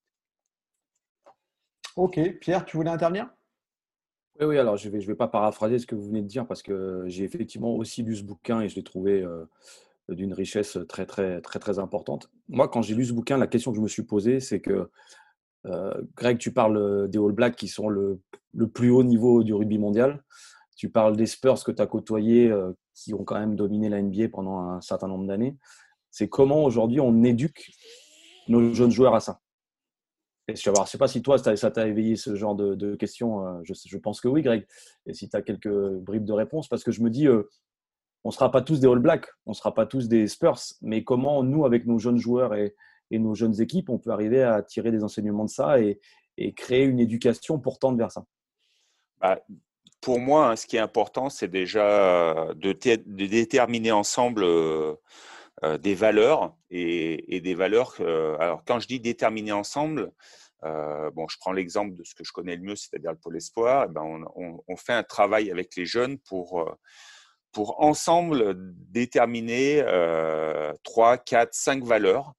Ok. Pierre, tu voulais intervenir ? Oui, oui, alors je ne vais, je vais pas paraphraser ce que vous venez de dire parce que j'ai effectivement aussi lu ce bouquin et je l'ai trouvé euh, d'une richesse très, très, très, très importante. Moi, quand j'ai lu ce bouquin, la question que je me suis posée, c'est que, euh, Greg, tu parles des All Blacks qui sont le, le plus haut niveau du rugby mondial. Tu parles des Spurs que tu as côtoyés euh, qui ont quand même dominé la N B A pendant un certain nombre d'années. C'est comment aujourd'hui on éduque nos jeunes joueurs à ça. Et je ne sais pas si toi, ça t'a éveillé ce genre de, de questions. Je, je pense que oui, Greg. Et si tu as quelques bribes de réponse, parce que je me dis, euh, on ne sera pas tous des All Blacks, on ne sera pas tous des Spurs, mais comment nous, avec nos jeunes joueurs et, et nos jeunes équipes, on peut arriver à tirer des enseignements de ça et, et créer une éducation pour tendre vers ça. Bah, pour moi, hein, ce qui est important, c'est déjà de, t- de déterminer ensemble euh, euh, des valeurs et, et des valeurs. Euh, alors, quand je dis déterminer ensemble, euh, bon, je prends l'exemple de ce que je connais le mieux, c'est-à-dire le Pôle Espoir. Eh ben, on, on, on fait un travail avec les jeunes pour euh, pour ensemble déterminer euh, trois, quatre, cinq valeurs.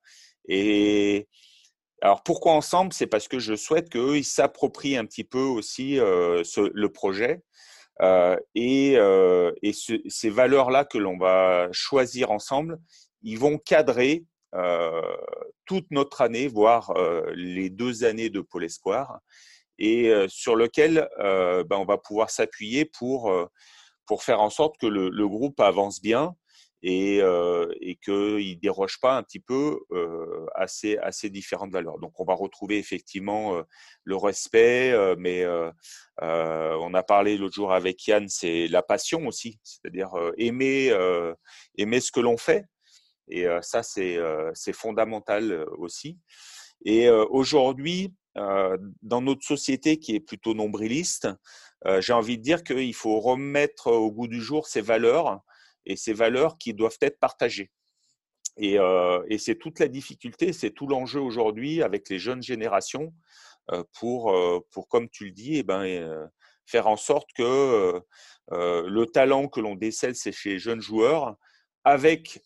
Et alors, pourquoi ensemble ? C'est parce que je souhaite qu'eux, ils s'approprient un petit peu aussi euh, ce, le projet. Euh, et euh, et ce, ces valeurs-là que l'on va choisir ensemble, ils vont cadrer euh, toute notre année, voire euh, les deux années de Pôle Espoir, et euh, sur lequel euh, ben, on va pouvoir s'appuyer pour, euh, pour faire en sorte que le, le groupe avance bien et, euh, et qu'il ne déroge pas un petit peu euh, à, ces, à ces différentes valeurs. Donc, on va retrouver effectivement euh, le respect, euh, mais euh, euh, on a parlé l'autre jour avec Yann, c'est la passion aussi, c'est-à-dire euh, aimer, euh, aimer ce que l'on fait. Et euh, ça, c'est, euh, c'est fondamental aussi. Et euh, aujourd'hui, euh, dans notre société qui est plutôt nombriliste, euh, j'ai envie de dire qu'il faut remettre au goût du jour ces valeurs et ces valeurs qui doivent être partagées. Et, euh, et c'est toute la difficulté, c'est tout l'enjeu aujourd'hui avec les jeunes générations euh, pour, euh, pour, comme tu le dis, eh ben, euh, faire en sorte que euh, le talent que l'on décèle c'est chez les jeunes joueurs, avec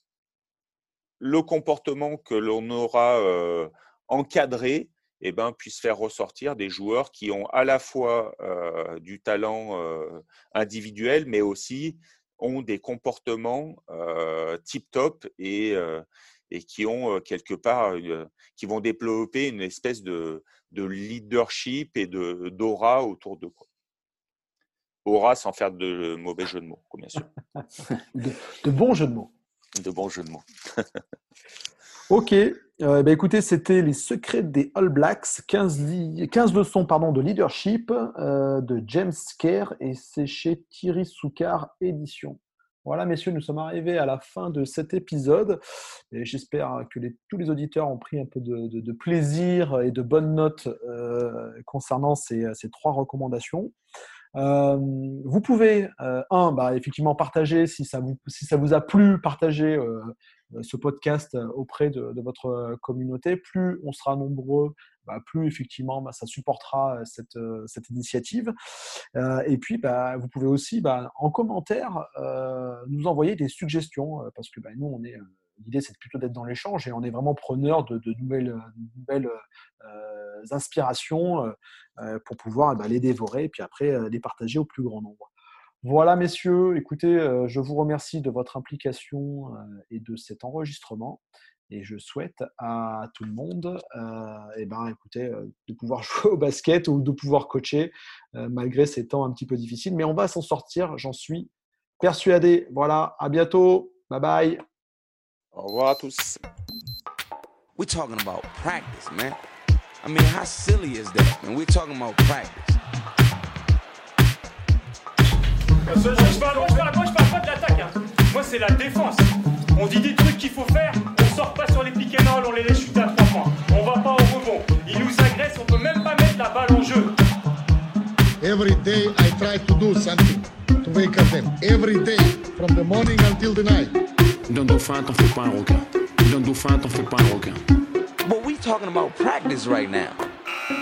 le comportement que l'on aura euh, encadré, eh ben, puisse faire ressortir des joueurs qui ont à la fois euh, du talent euh, individuel, mais aussi ont des comportements euh, tip-top et, euh, et qui ont euh, quelque part, euh, qui vont développer une espèce de, de leadership et de, d'aura autour d'eux. Aura sans faire de mauvais jeux de mots, bien sûr. de, de bons jeux de mots. De bons jeux de mots. Ok, euh, bah écoutez, c'était les secrets des All Blacks, quinze, li- quinze leçons pardon, de leadership euh, de James Kerr et c'est chez Thierry Soucard Édition. Voilà, messieurs, nous sommes arrivés à la fin de cet épisode et j'espère que les, tous les auditeurs ont pris un peu de, de, de plaisir et de bonnes notes euh, concernant ces, ces trois recommandations. Euh, vous pouvez, euh, un, bah, effectivement partager si ça vous, si ça vous a plu, partager euh, ce podcast auprès de, de votre communauté. Plus on sera nombreux, bah, plus effectivement bah, ça supportera cette, cette initiative. Euh, et puis, bah, vous pouvez aussi, bah, en commentaire, euh, nous envoyer des suggestions parce que bah, nous, on est. L'idée, c'est plutôt d'être dans l'échange et on est vraiment preneur de, de nouvelles, nouvelles euh, inspirations euh, pour pouvoir bah, les dévorer et puis après euh, les partager au plus grand nombre. Voilà, messieurs, écoutez, euh, je vous remercie de votre implication euh, et de cet enregistrement et je souhaite à tout le monde euh, et ben, écoutez, euh, de pouvoir jouer au basket ou de pouvoir coacher euh, malgré ces temps un petit peu difficiles. Mais on va s'en sortir, j'en suis persuadé. Voilà, à bientôt. Bye bye. Au revoir à tous. We're talking about practice, man. I mean, how silly is that, man? We're talking about practice. Moi, je parle, moi, je parle, moi, je parle pas de l'attaque. Hein. Moi, c'est la défense. On dit des trucs qu'il faut faire, on sort pas sur les pick and roll, on les laisse shooter à trois points. On va pas au rebond. Ils nous agressent, on peut même pas mettre la balle en jeu. Every day I try to do something to wake up them. Every day, from the morning until the night. D'un dauphin, t'en fais pas un requin. D'un dauphin, t'en fais pas un requin. But we talking about practice right now.